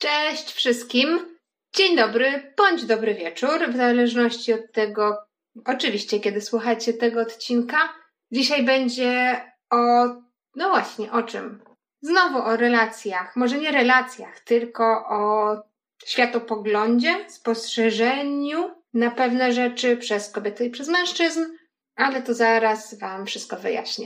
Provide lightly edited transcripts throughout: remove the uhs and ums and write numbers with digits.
Cześć wszystkim. Dzień dobry bądź dobry wieczór, w zależności od tego, oczywiście, kiedy słuchacie tego odcinka. Dzisiaj będzie o czym? Znowu o relacjach. Może nie relacjach, tylko o światopoglądzie, spostrzeżeniu na pewne rzeczy przez kobiety i przez mężczyzn, ale to zaraz Wam wszystko wyjaśnię.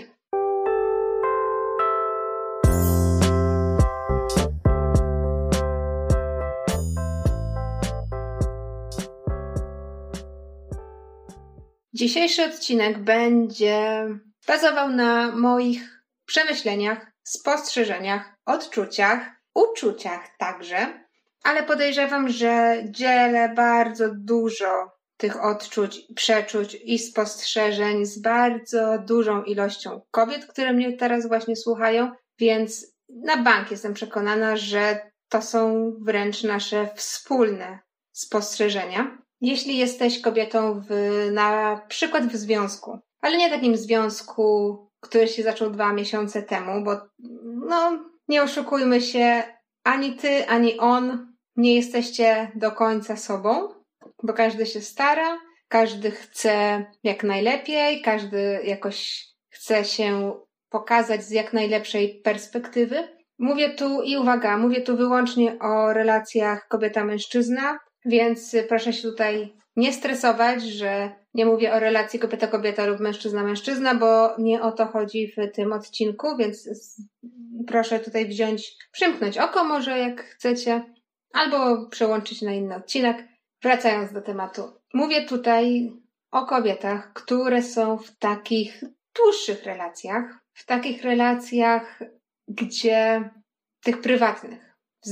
Dzisiejszy odcinek będzie bazował na moich przemyśleniach, spostrzeżeniach, odczuciach, uczuciach także, ale podejrzewam, że dzielę bardzo dużo tych odczuć, przeczuć i spostrzeżeń z bardzo dużą ilością kobiet, które mnie teraz właśnie słuchają, więc na bank jestem przekonana, że to są wręcz nasze wspólne spostrzeżenia. Jeśli jesteś kobietą na przykład w związku, ale nie takim związku, który się zaczął 2 miesiące temu, bo nie oszukujmy się, ani ty, ani on nie jesteście do końca sobą, bo każdy się stara, każdy chce jak najlepiej, każdy jakoś chce się pokazać z jak najlepszej perspektywy. Mówię tu wyłącznie o relacjach kobieta-mężczyzna, więc proszę się tutaj nie stresować, że nie mówię o relacji kobieta-kobieta lub mężczyzna-mężczyzna, bo nie o to chodzi w tym odcinku, więc proszę tutaj przymknąć oko może jak chcecie, albo przełączyć na inny odcinek. Wracając do tematu. Mówię tutaj o kobietach, które są w takich dłuższych relacjach, w takich relacjach, gdzie tych prywatnych,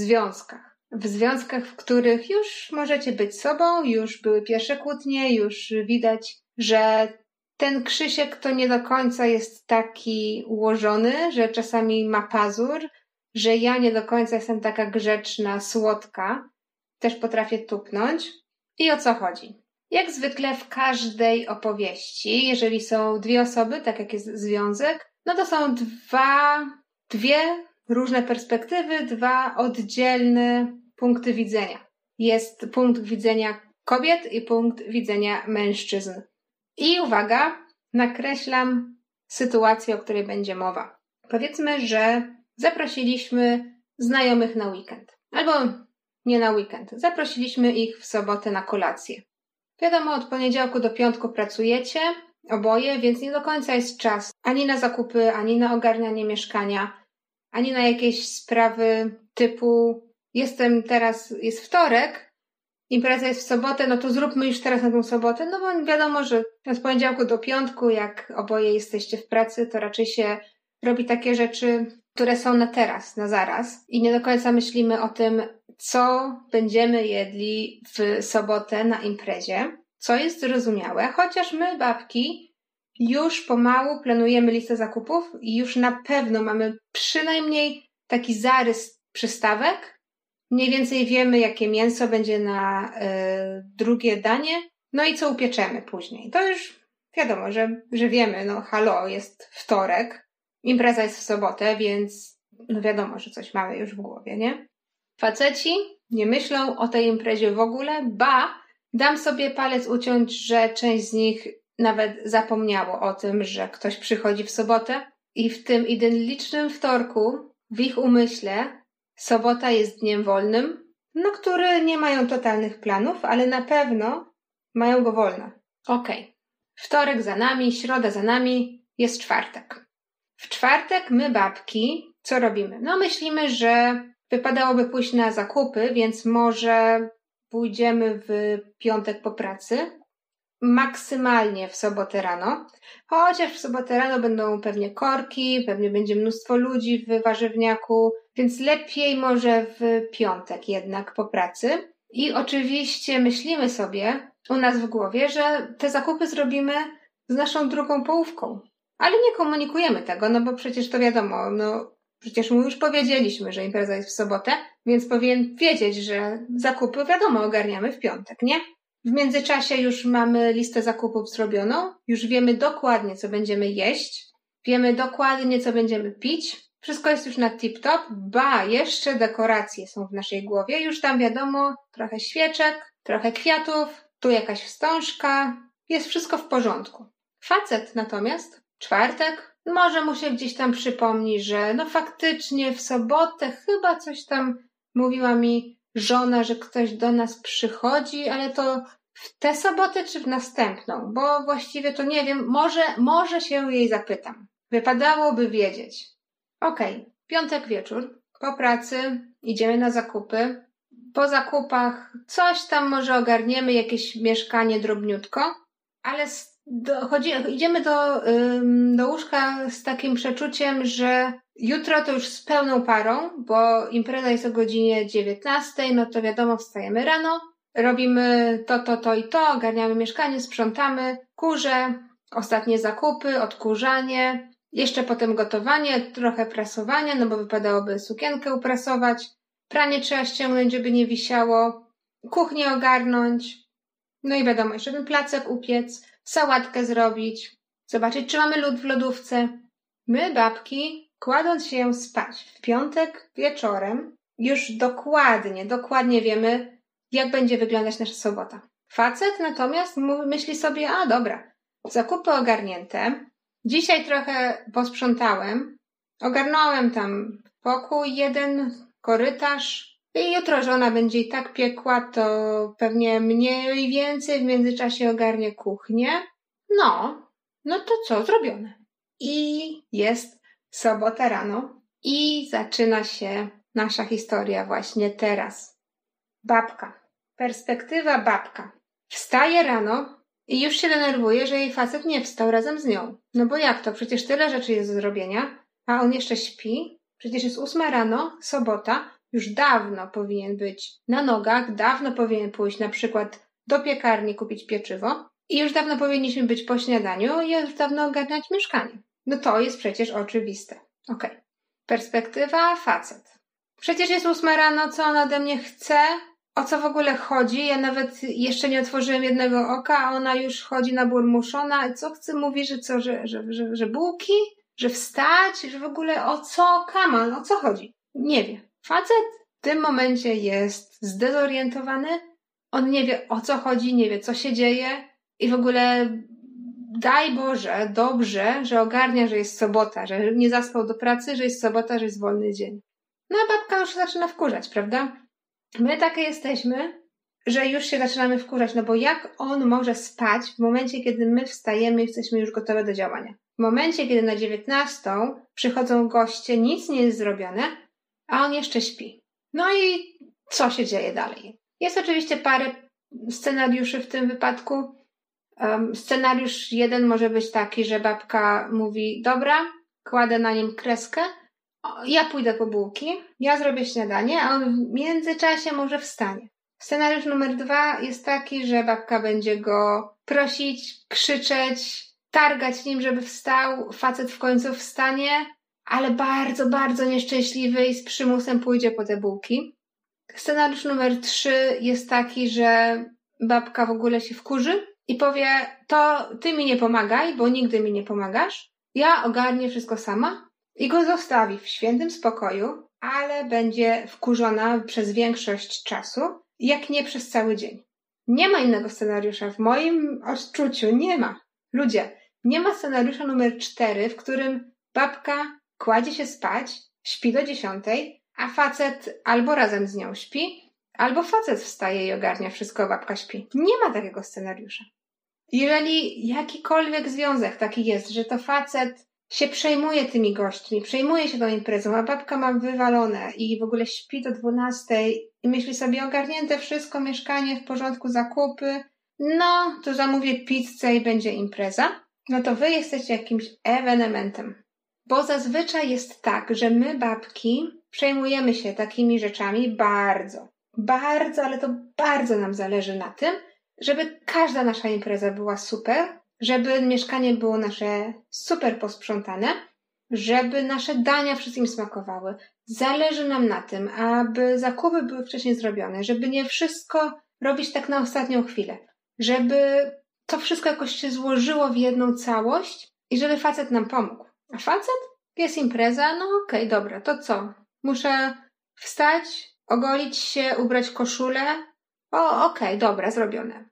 w związkach, w których już możecie być sobą, już były pierwsze kłótnie, już widać, że ten Krzysiek to nie do końca jest taki ułożony, że czasami ma pazur, że ja nie do końca jestem taka grzeczna, słodka, też potrafię tupnąć. I o co chodzi? Jak zwykle w każdej opowieści, jeżeli są 2 osoby, tak jak jest związek, to są dwie różne perspektywy, 2 oddzielne punkty widzenia. Jest punkt widzenia kobiet i punkt widzenia mężczyzn. I uwaga, nakreślam sytuację, o której będzie mowa. Powiedzmy, że zaprosiliśmy znajomych na weekend. Albo nie na weekend. Zaprosiliśmy ich w sobotę na kolację. Wiadomo, od poniedziałku do piątku pracujecie, oboje, więc nie do końca jest czas ani na zakupy, ani na ogarnianie mieszkania, ani na jakieś sprawy typu jest wtorek, impreza jest w sobotę, to zróbmy już teraz na tą sobotę, bo wiadomo, że od poniedziałku do piątku, jak oboje jesteście w pracy, to raczej się robi takie rzeczy, które są na teraz, na zaraz i nie do końca myślimy o tym, co będziemy jedli w sobotę na imprezie, co jest zrozumiałe, chociaż my, babki, już pomału planujemy listę zakupów i już na pewno mamy przynajmniej taki zarys przystawek. Mniej więcej wiemy, jakie mięso będzie na drugie danie, i co upieczemy później. To już wiadomo, że wiemy, jest wtorek, impreza jest w sobotę, więc wiadomo, że coś mamy już w głowie, nie? Faceci nie myślą o tej imprezie w ogóle, dam sobie palec uciąć, że część z nich nawet zapomniało o tym, że ktoś przychodzi w sobotę i w tym idyllicznym wtorku w ich umyśle sobota jest dniem wolnym, który nie mają totalnych planów, ale na pewno mają go wolno. Okej. Wtorek za nami, środa za nami, jest czwartek. W czwartek my, babki, co robimy? Myślimy, że wypadałoby pójść na zakupy, więc może pójdziemy w piątek po pracy, maksymalnie w sobotę rano, chociaż w sobotę rano będą pewnie korki, pewnie będzie mnóstwo ludzi w warzywniaku, więc lepiej może w piątek jednak po pracy. I oczywiście myślimy sobie u nas w głowie, że te zakupy zrobimy z naszą drugą połówką. Ale nie komunikujemy tego, bo przecież to wiadomo, przecież mu już powiedzieliśmy, że impreza jest w sobotę, więc powinien wiedzieć, że zakupy wiadomo ogarniamy w piątek, nie? W międzyczasie już mamy listę zakupów zrobioną, już wiemy dokładnie, co będziemy jeść, wiemy dokładnie, co będziemy pić, Wszystko jest już na tip-top, jeszcze dekoracje są w naszej głowie. Już tam wiadomo, trochę świeczek, trochę kwiatów, tu jakaś wstążka. Jest wszystko w porządku. Facet natomiast, czwartek, może mu się gdzieś tam przypomni, że no faktycznie w sobotę chyba coś tam mówiła mi żona, że ktoś do nas przychodzi, ale to w tę sobotę czy w następną? Bo właściwie to nie wiem, może się jej zapytam. Wypadałoby wiedzieć. Okej, piątek wieczór, po pracy idziemy na zakupy. Po zakupach coś tam może ogarniemy, jakieś mieszkanie drobniutko, ale idziemy do łóżka z takim przeczuciem, że jutro to już z pełną parą, bo impreza jest o godzinie 19, no to wiadomo, wstajemy rano, robimy to i to, ogarniamy mieszkanie, sprzątamy, kurze, ostatnie zakupy, odkurzanie, jeszcze potem gotowanie, trochę prasowania, no bo wypadałoby sukienkę uprasować, pranie trzeba ściągnąć, żeby nie wisiało, kuchnię ogarnąć, no i wiadomo, jeszcze ten placek upiec, sałatkę zrobić, zobaczyć, czy mamy lód w lodówce. My, babki, kładąc się spać w piątek wieczorem, już dokładnie wiemy, jak będzie wyglądać nasza sobota. Facet natomiast myśli sobie, a dobra, zakupy ogarnięte, dzisiaj trochę posprzątałem, ogarnąłem tam pokój jeden, korytarz i jutro żona będzie i tak piekła, to pewnie mniej więcej w międzyczasie ogarnie kuchnię. No to co? Zrobione. I jest sobota rano i zaczyna się nasza historia właśnie teraz. Babka. Perspektywa babka. Wstaje rano i już się denerwuje, że jej facet nie wstał razem z nią. No bo jak to? Przecież tyle rzeczy jest do zrobienia, a on jeszcze śpi. Przecież jest 8 rano, sobota, już dawno powinien być na nogach, dawno powinien pójść na przykład do piekarni kupić pieczywo i już dawno powinniśmy być po śniadaniu i już dawno ogarniać mieszkanie. No to jest przecież oczywiste. Okej. Perspektywa facet. Przecież jest 8 rano, co on ode mnie chce? O co w ogóle chodzi? Ja nawet jeszcze nie otworzyłem jednego oka, a ona już chodzi naburmuszona. Co chce? Mówi, że co, że bułki? Że wstać? Że w ogóle o co? Kaman, o co chodzi? Nie wie. Facet w tym momencie jest zdezorientowany. On nie wie, o co chodzi, nie wie, co się dzieje i w ogóle daj Boże, dobrze, że ogarnia, że jest sobota, że nie zaspał do pracy, że jest sobota, że jest wolny dzień. No a babka już zaczyna wkurzać, prawda? My takie jesteśmy, że już się zaczynamy wkurzać, no bo jak on może spać w momencie, kiedy my wstajemy i jesteśmy już gotowe do działania? W momencie, kiedy na 19 przychodzą goście, nic nie jest zrobione, a on jeszcze śpi. No i co się dzieje dalej? Jest oczywiście parę scenariuszy w tym wypadku. Scenariusz jeden może być taki, że babka mówi, dobra, kładę na nim kreskę, ja pójdę po bułki, ja zrobię śniadanie, a on w międzyczasie może wstanie. Scenariusz numer 2 jest taki, że babka będzie go prosić, krzyczeć, targać nim, żeby wstał, facet w końcu wstanie, ale bardzo, bardzo nieszczęśliwy i z przymusem pójdzie po te bułki. Scenariusz numer 3 jest taki, że babka w ogóle się wkurzy i powie, to ty mi nie pomagaj, bo nigdy mi nie pomagasz, ja ogarnię wszystko sama i go zostawi w świętym spokoju, ale będzie wkurzona przez większość czasu, jak nie przez cały dzień. Nie ma innego scenariusza, w moim odczuciu nie ma. Ludzie, nie ma scenariusza numer 4, w którym babka kładzie się spać, śpi do 10, a facet albo razem z nią śpi, albo facet wstaje i ogarnia wszystko, babka śpi. Nie ma takiego scenariusza. Jeżeli jakikolwiek związek taki jest, że to facet się przejmuje tymi gośćmi, przejmuje się tą imprezą, a babka ma wywalone i w ogóle śpi do 12 i myśli sobie ogarnięte wszystko, mieszkanie w porządku, zakupy, no to zamówię pizzę i będzie impreza, no to wy jesteście jakimś ewenementem. Bo zazwyczaj jest tak, że my babki przejmujemy się takimi rzeczami bardzo, ale to bardzo nam zależy na tym, żeby każda nasza impreza była super, żeby mieszkanie było nasze super posprzątane, żeby nasze dania wszystkim smakowały. Zależy nam na tym, aby zakupy były wcześniej zrobione, żeby nie wszystko robić tak na ostatnią chwilę, żeby to wszystko jakoś się złożyło w jedną całość i żeby facet nam pomógł. A facet? Jest impreza, no okej, dobra, to co? Muszę wstać, ogolić się, ubrać koszulę? Okej, dobra, zrobione.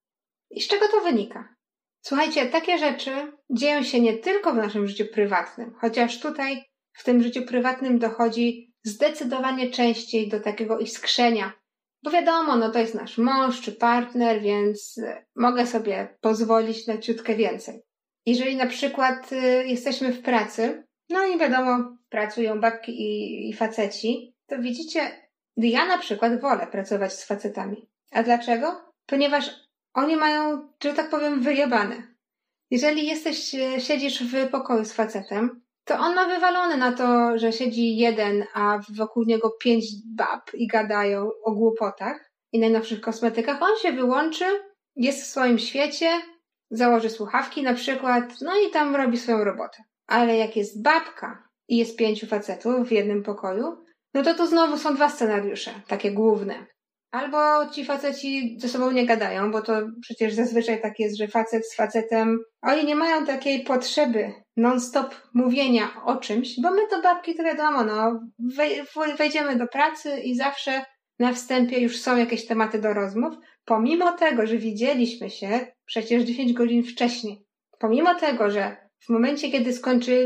I z czego to wynika? Słuchajcie, takie rzeczy dzieją się nie tylko w naszym życiu prywatnym, chociaż tutaj w tym życiu prywatnym dochodzi zdecydowanie częściej do takiego iskrzenia. Bo wiadomo, no to jest nasz mąż czy partner, więc mogę sobie pozwolić na ciutkę więcej. Jeżeli na przykład jesteśmy w pracy, no i wiadomo, pracują babki i faceci, to widzicie, ja na przykład wolę pracować z facetami. A dlaczego? Ponieważ oni mają, że tak powiem, wyjebane. Jeżeli siedzisz w pokoju z facetem, to on ma wywalone na to, że siedzi jeden, a wokół niego 5 bab i gadają o głupotach i najnowszych kosmetykach. On się wyłączy, jest w swoim świecie, założy słuchawki na przykład, no i tam robi swoją robotę. Ale jak jest babka i jest 5 facetów w jednym pokoju, no to znowu są 2 scenariusze, takie główne. Albo ci faceci ze sobą nie gadają, bo to przecież zazwyczaj tak jest, że facet z facetem, oni nie mają takiej potrzeby non-stop mówienia o czymś, bo my to babki to wiadomo, no, wejdziemy do pracy i zawsze na wstępie już są jakieś tematy do rozmów, pomimo tego, że widzieliśmy się przecież 10 godzin wcześniej. Pomimo tego, że w momencie, kiedy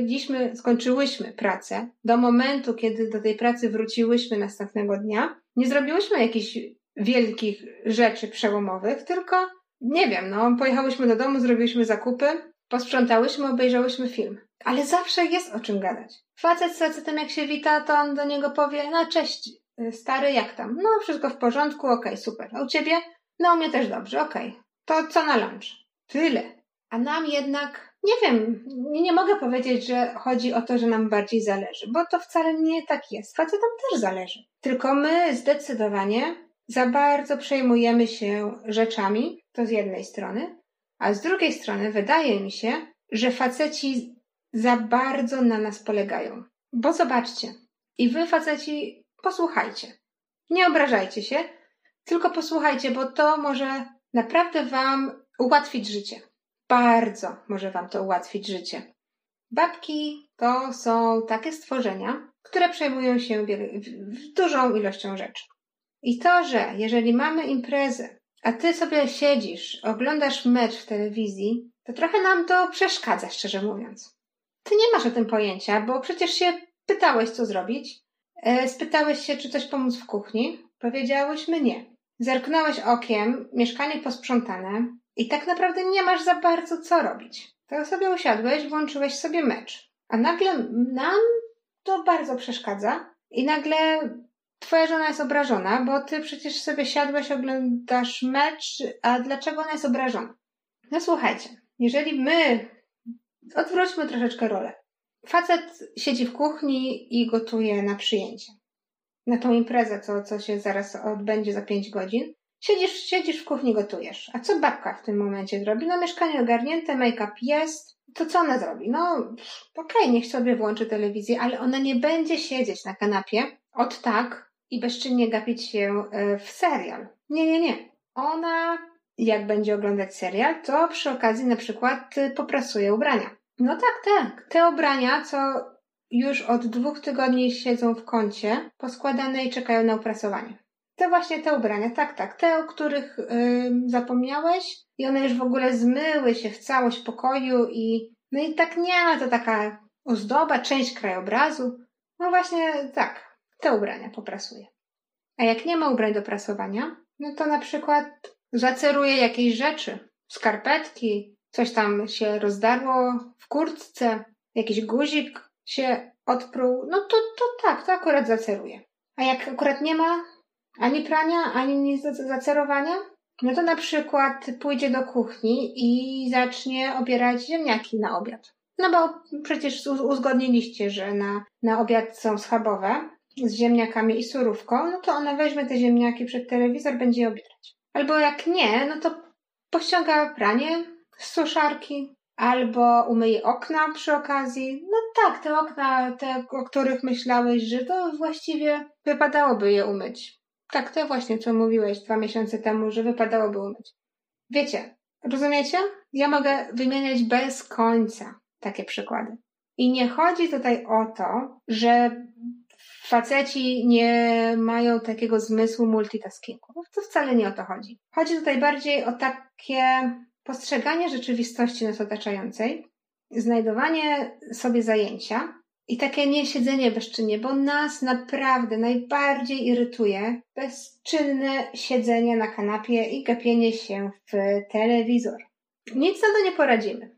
skończyłyśmy pracę, do momentu, kiedy do tej pracy wróciłyśmy następnego dnia, nie zrobiłyśmy jakichś wielkich rzeczy przełomowych, tylko, nie wiem, no, pojechałyśmy do domu, zrobiłyśmy zakupy, posprzątałyśmy, obejrzałyśmy film. Ale zawsze jest o czym gadać. Facet z facetem jak się wita, to on do niego powie, no cześć, stary, jak tam? No, wszystko w porządku, okej, super. A u ciebie? No, u mnie też dobrze, okej. To co na lunch? Tyle. A nam jednak, nie wiem, nie mogę powiedzieć, że chodzi o to, że nam bardziej zależy, bo to wcale nie tak jest. Facetom też zależy. Tylko my zdecydowanie za bardzo przejmujemy się rzeczami, to z jednej strony, a z drugiej strony wydaje mi się, że faceci za bardzo na nas polegają. Bo zobaczcie, i wy faceci posłuchajcie. Nie obrażajcie się, tylko posłuchajcie, bo to może naprawdę wam ułatwić życie. Bardzo może wam to ułatwić życie. Babki to są takie stworzenia, które przejmują się dużą ilością rzeczy. I to, że jeżeli mamy imprezę, a ty sobie siedzisz, oglądasz mecz w telewizji, to trochę nam to przeszkadza, szczerze mówiąc. Ty nie masz o tym pojęcia, bo przecież się pytałeś, co zrobić. Spytałeś się, czy coś pomóc w kuchni. Powiedziałyśmy nie. Zerknąłeś okiem, mieszkanie posprzątane i tak naprawdę nie masz za bardzo co robić. To sobie usiadłeś, włączyłeś sobie mecz. A nagle nam to bardzo przeszkadza i nagle twoja żona jest obrażona, bo ty przecież sobie siadłeś, oglądasz mecz, a dlaczego ona jest obrażona? No słuchajcie, jeżeli odwróćmy troszeczkę rolę. Facet siedzi w kuchni i gotuje na przyjęcie. Na tą imprezę, co się zaraz odbędzie za 5 godzin. Siedzisz w kuchni, gotujesz. A co babka w tym momencie zrobi? No mieszkanie ogarnięte, make-up jest. To co ona zrobi? No okej, niech sobie włączy telewizję, ale ona nie będzie siedzieć na kanapie od tak i bezczynnie gapić się w serial. Nie. Ona, jak będzie oglądać serial, to przy okazji na przykład poprasuje ubrania. No tak. Te ubrania, co już od 2 tygodni siedzą w kącie, poskładane i czekają na uprasowanie. To właśnie te ubrania, tak. Te, o których zapomniałeś i one już w ogóle zmyły się w całość pokoju no i tak nie, to taka ozdoba, część krajobrazu. No właśnie tak, te ubrania poprasuję. A jak nie ma ubrań do prasowania, no to na przykład zaceruję jakieś rzeczy, skarpetki, coś tam się rozdarło w kurtce, jakiś guzik się odpruł, no to tak, to akurat zaceruję. A jak akurat nie ma ani prania, ani nic do zacerowania, no to na przykład pójdzie do kuchni i zacznie obierać ziemniaki na obiad. No bo przecież uzgodniliście, że na obiad są schabowe z ziemniakami i surówką, no to ona weźmie te ziemniaki przed telewizor, będzie je obierać. Albo jak nie, no to pościąga pranie z suszarki, albo umyje okna przy okazji. No tak, te okna, te, o których myślałeś, że to właściwie wypadałoby je umyć. Tak, to właśnie, co mówiłeś 2 miesiące temu, że wypadałoby umyć. Wiecie, rozumiecie? Ja mogę wymieniać bez końca takie przykłady. I nie chodzi tutaj o to, że faceci nie mają takiego zmysłu multitaskingu. To wcale nie o to chodzi. Chodzi tutaj bardziej o takie postrzeganie rzeczywistości nas otaczającej, znajdowanie sobie zajęcia i takie niesiedzenie bezczynnie, bo nas naprawdę najbardziej irytuje bezczynne siedzenie na kanapie i gapienie się w telewizor. Nic na to nie poradzimy.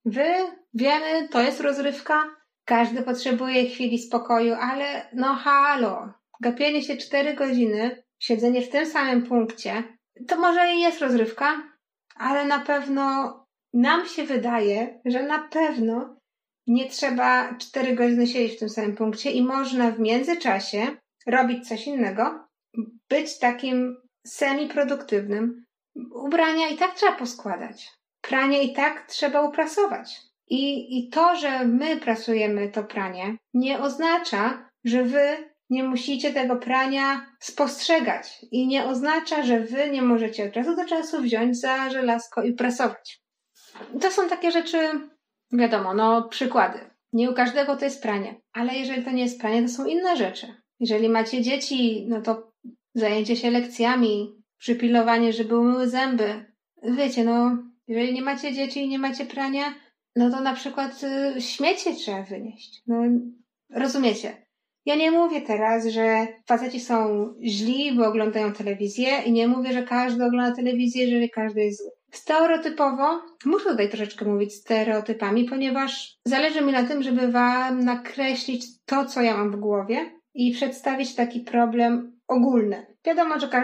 Wiemy, to jest rozrywka, każdy potrzebuje chwili spokoju, ale halo, gapienie się 4 godziny, siedzenie w tym samym punkcie, to może i jest rozrywka, ale na pewno nam się wydaje, że na pewno nie trzeba 4 godziny siedzieć w tym samym punkcie i można w międzyczasie robić coś innego, być takim semi-produktywnym. Ubrania i tak trzeba poskładać. Pranie i tak trzeba uprasować. I to, że my prasujemy to pranie, nie oznacza, że wy nie musicie tego prania spostrzegać. I nie oznacza, że wy nie możecie od czasu do czasu wziąć za żelazko i prasować. To są takie rzeczy, wiadomo, przykłady. Nie u każdego to jest pranie. Ale jeżeli to nie jest pranie, to są inne rzeczy. Jeżeli macie dzieci, to zajęcie się lekcjami, przypilowanie, żeby umyły zęby. Wiecie, jeżeli nie macie dzieci i nie macie prania, to na przykład śmiecie trzeba wynieść. Rozumiecie? Ja nie mówię teraz, że faceci są źli, bo oglądają telewizję i nie mówię, że każdy ogląda telewizję, że każdy jest zły. Stereotypowo, muszę tutaj troszeczkę mówić stereotypami, ponieważ zależy mi na tym, żeby wam nakreślić to, co ja mam w głowie i przedstawić taki problem ogólny. Wiadomo, że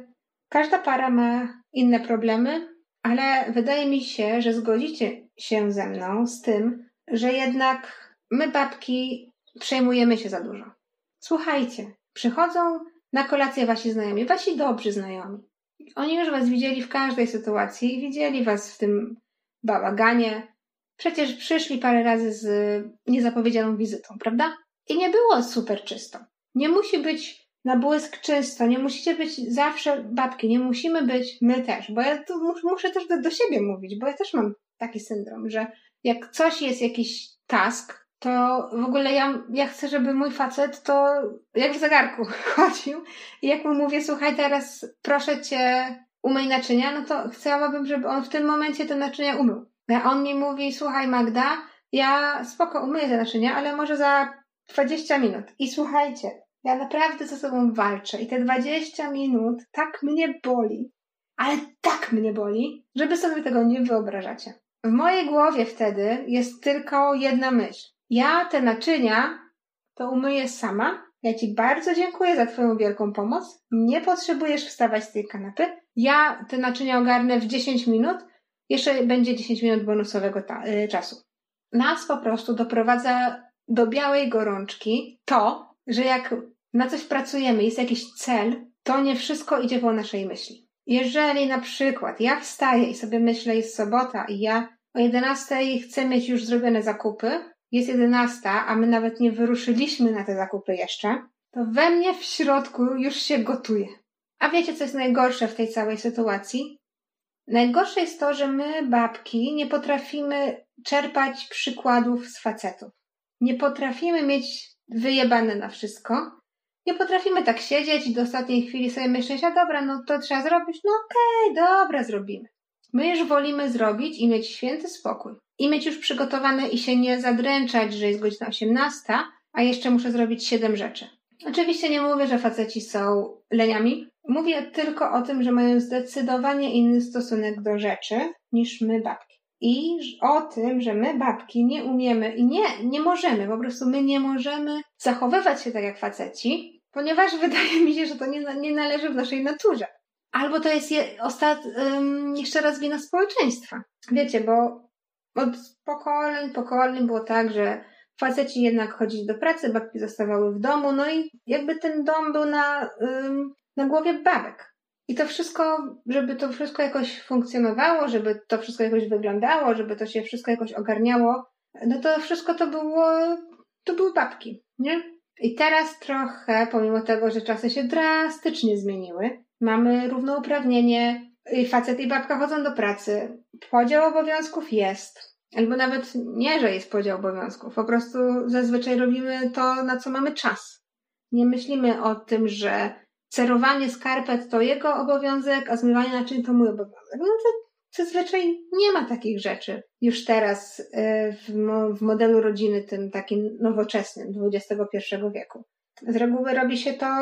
każda para ma inne problemy, ale wydaje mi się, że zgodzicie się ze mną z tym, że jednak my babki przejmujemy się za dużo. Słuchajcie, przychodzą na kolację wasi znajomi, wasi dobrzy znajomi. Oni już was widzieli w każdej sytuacji i widzieli was w tym bałaganie. Przecież przyszli parę razy z niezapowiedzianą wizytą, prawda? I nie było super czysto. Nie musi być na błysk czysto, nie musicie być zawsze babki, nie musimy być my też, bo ja tu muszę też do siebie mówić, bo ja też mam taki syndrom, że jak coś jest jakiś task, to w ogóle ja chcę, żeby mój facet to jak w zegarku chodził i jak mu mówię, słuchaj, teraz proszę cię umyj naczynia, to chciałabym, żeby on w tym momencie te naczynia umył. A on mi mówi, słuchaj Magda, ja spoko umyję te naczynia, ale może za 20 minut. I słuchajcie, ja naprawdę ze sobą walczę i te 20 minut tak mnie boli, ale tak mnie boli, żeby sobie tego nie wyobrażacie. W mojej głowie wtedy jest tylko jedna myśl. Ja te naczynia to umyję sama. Ja ci bardzo dziękuję za twoją wielką pomoc. Nie potrzebujesz wstawać z tej kanapy. Ja te naczynia ogarnę w 10 minut. Jeszcze będzie 10 minut bonusowego czasu. Nas po prostu doprowadza do białej gorączki to, że jak na coś pracujemy, jest jakiś cel, to nie wszystko idzie po naszej myśli. Jeżeli na przykład ja wstaję i sobie myślę, jest sobota i ja o 11 chcę mieć już zrobione zakupy, jest 11, a my nawet nie wyruszyliśmy na te zakupy jeszcze, to we mnie w środku już się gotuje. A wiecie, co jest najgorsze w tej całej sytuacji? Najgorsze jest to, że my, babki, nie potrafimy czerpać przykładów z facetów. Nie potrafimy mieć wyjebane na wszystko. Nie potrafimy tak siedzieć i do ostatniej chwili sobie myśleć, a dobra, to trzeba zrobić, okej, dobra, zrobimy. My już wolimy zrobić i mieć święty spokój. I mieć już przygotowane i się nie zadręczać, że jest godzina 18, a jeszcze muszę zrobić 7 rzeczy. Oczywiście nie mówię, że faceci są leniami. Mówię tylko o tym, że mają zdecydowanie inny stosunek do rzeczy niż my babki. I o tym, że my babki nie umiemy i nie możemy, po prostu my nie możemy zachowywać się tak jak faceci, ponieważ wydaje mi się, że to nie należy w naszej naturze. Albo to jest jeszcze raz wina społeczeństwa. Wiecie, bo od pokoleń było tak, że faceci jednak chodzili do pracy, babki zostawały w domu, i jakby ten dom był na głowie babek. I to wszystko, żeby to wszystko jakoś funkcjonowało, żeby to wszystko jakoś wyglądało, żeby to się wszystko jakoś ogarniało, to wszystko to były babki, nie? I teraz trochę, pomimo tego, że czasy się drastycznie zmieniły, mamy równouprawnienie, facet i babka chodzą do pracy, podział obowiązków jest. Albo nawet nie, że jest podział obowiązków. Po prostu zazwyczaj robimy to, na co mamy czas. Nie myślimy o tym, że cerowanie skarpet to jego obowiązek, a zmywanie naczyń to mój obowiązek. No to zazwyczaj nie ma takich rzeczy już teraz w modelu rodziny tym takim nowoczesnym XXI wieku. Z reguły robi się to,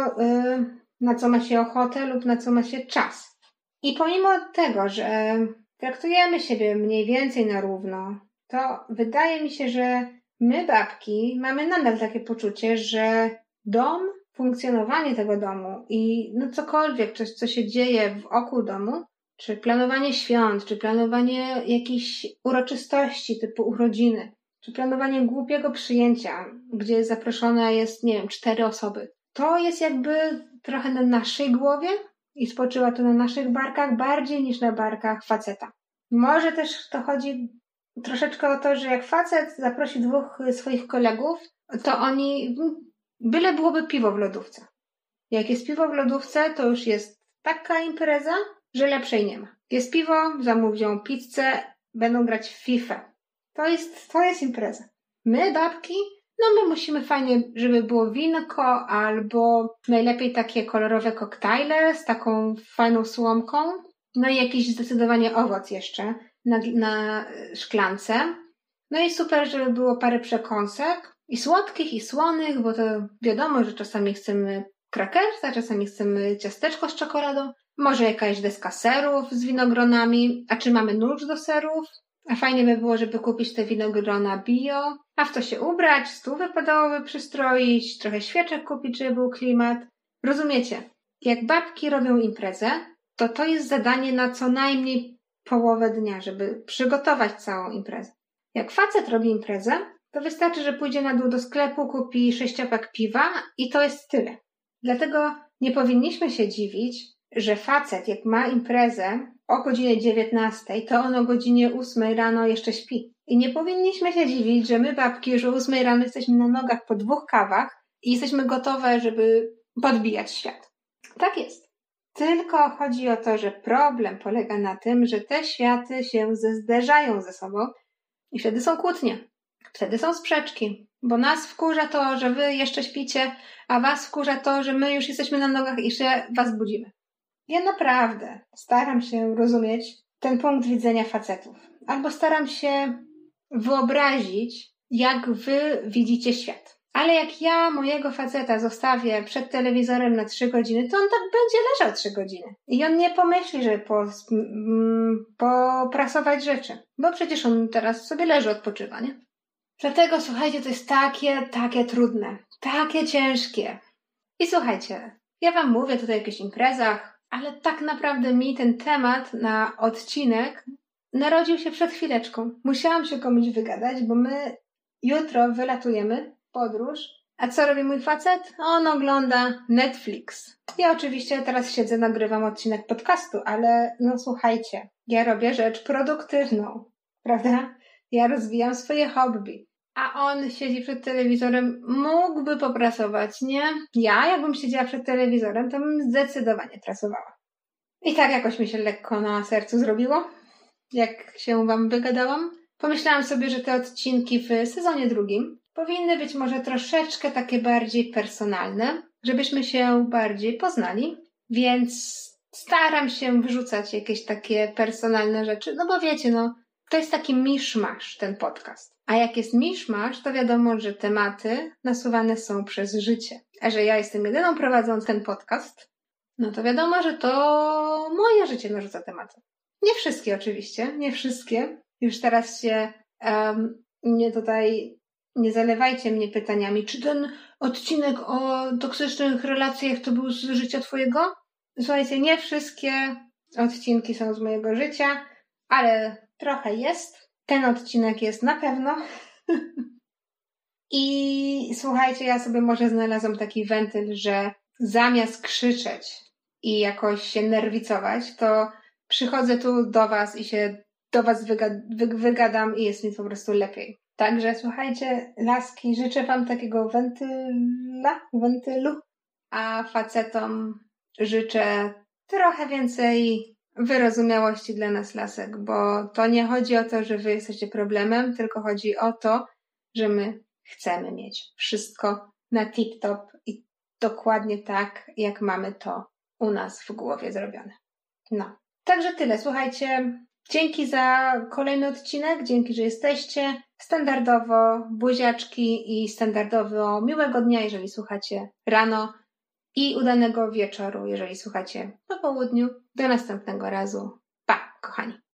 na co ma się ochotę lub na co ma się czas. I pomimo tego, że traktujemy siebie mniej więcej na równo, to wydaje mi się, że my, babki, mamy nadal takie poczucie, że dom, funkcjonowanie tego domu i cokolwiek, coś, co się dzieje wokół domu, czy planowanie świąt, czy planowanie jakichś uroczystości typu urodziny, czy planowanie głupiego przyjęcia, gdzie zaproszone jest, 4 osoby. To jest jakby trochę na naszej głowie i spoczywa to na naszych barkach bardziej niż na barkach faceta. Może też to chodzi troszeczkę o to, że jak facet zaprosi 2 swoich kolegów, to oni, byle byłoby piwo w lodówce. Jak jest piwo w lodówce, to już jest taka impreza, że lepszej nie ma. Jest piwo, zamówią pizzę, będą grać w FIFA. To jest impreza. My, babki, my musimy fajnie, żeby było winko albo najlepiej takie kolorowe koktajle z taką fajną słomką. No i jakiś zdecydowanie owoc jeszcze na szklance. No i super, żeby było parę przekąsek i słodkich i słonych, bo to wiadomo, że czasami chcemy krakersa, czasami chcemy ciasteczko z czekoladą, może jakaś deska serów z winogronami, a czy mamy nóż do serów? A fajnie by było, żeby kupić te winogrona bio, a w to się ubrać, stół wypadałoby przystroić, trochę świeczek kupić, żeby był klimat. Rozumiecie? Jak babki robią imprezę, to jest zadanie na co najmniej połowę dnia, żeby przygotować całą imprezę. Jak facet robi imprezę, to wystarczy, że pójdzie na dół do sklepu, kupi 6-pack piwa i to jest tyle. Dlatego nie powinniśmy się dziwić, że facet jak ma imprezę o godzinie 19, to on o godzinie 8 rano jeszcze śpi. I nie powinniśmy się dziwić, że my babki już o 8 rano jesteśmy na nogach po 2 kawach i jesteśmy gotowe, żeby podbijać świat. Tak jest. Tylko chodzi o to, że problem polega na tym, że te światy się zderzają ze sobą i wtedy są kłótnie. Wtedy są sprzeczki, bo nas wkurza to, że wy jeszcze śpicie, a was wkurza to, że my już jesteśmy na nogach i że was budzimy. Ja naprawdę staram się rozumieć ten punkt widzenia facetów. Albo staram się wyobrazić, jak wy widzicie świat. Ale jak ja mojego faceta zostawię przed telewizorem na 3 godziny, to on tak będzie leżał 3 godziny. I on nie pomyśli, żeby poprasować rzeczy. Bo przecież on teraz sobie leży, odpoczywa, nie? Dlatego, słuchajcie, to jest takie trudne, takie ciężkie. I słuchajcie, ja wam mówię tutaj o jakichś imprezach, ale tak naprawdę mi ten temat na odcinek narodził się przed chwileczką. Musiałam się komuś wygadać, bo my jutro wylatujemy w podróż. A co robi mój facet? On ogląda Netflix. Ja oczywiście teraz siedzę, nagrywam odcinek podcastu, ale słuchajcie, ja robię rzecz produktywną, prawda? Ja rozwijam swoje hobby. A on siedzi przed telewizorem, mógłby poprasować, nie? Ja, jakbym siedziała przed telewizorem, to bym zdecydowanie pracowała. I tak jakoś mi się lekko na sercu zrobiło, jak się wam wygadałam. Pomyślałam sobie, że te odcinki w sezonie 2 powinny być może troszeczkę takie bardziej personalne, żebyśmy się bardziej poznali, więc staram się wrzucać jakieś takie personalne rzeczy, bo wiecie, to jest taki miszmasz ten podcast. A jak jest miszmasz, to wiadomo, że tematy nasuwane są przez życie. A że ja jestem jedyną prowadzącą ten podcast, to wiadomo, że to moje życie narzuca tematy. Nie wszystkie oczywiście, nie wszystkie. Już teraz się nie zalewajcie mnie pytaniami, czy ten odcinek o toksycznych relacjach to był z życia twojego? Słuchajcie, nie wszystkie odcinki są z mojego życia, ale trochę jest. Ten odcinek jest na pewno. I słuchajcie, ja sobie może znalazłam taki wentyl, że zamiast krzyczeć i jakoś się nerwicować, to przychodzę tu do was i się do was wygadam i jest mi po prostu lepiej. Także słuchajcie, laski, życzę wam takiego wentylu, a facetom życzę trochę więcej wyrozumiałości dla nas lasek, bo to nie chodzi o to, że wy jesteście problemem, tylko chodzi o to, że my chcemy mieć wszystko na tip-top i dokładnie tak, jak mamy to u nas w głowie zrobione. No, także tyle. Słuchajcie, dzięki za kolejny odcinek, dzięki, że jesteście. Standardowo buziaczki i standardowo miłego dnia, jeżeli słuchacie rano i udanego wieczoru, jeżeli słuchacie po południu. Do następnego razu. Pa, kochani.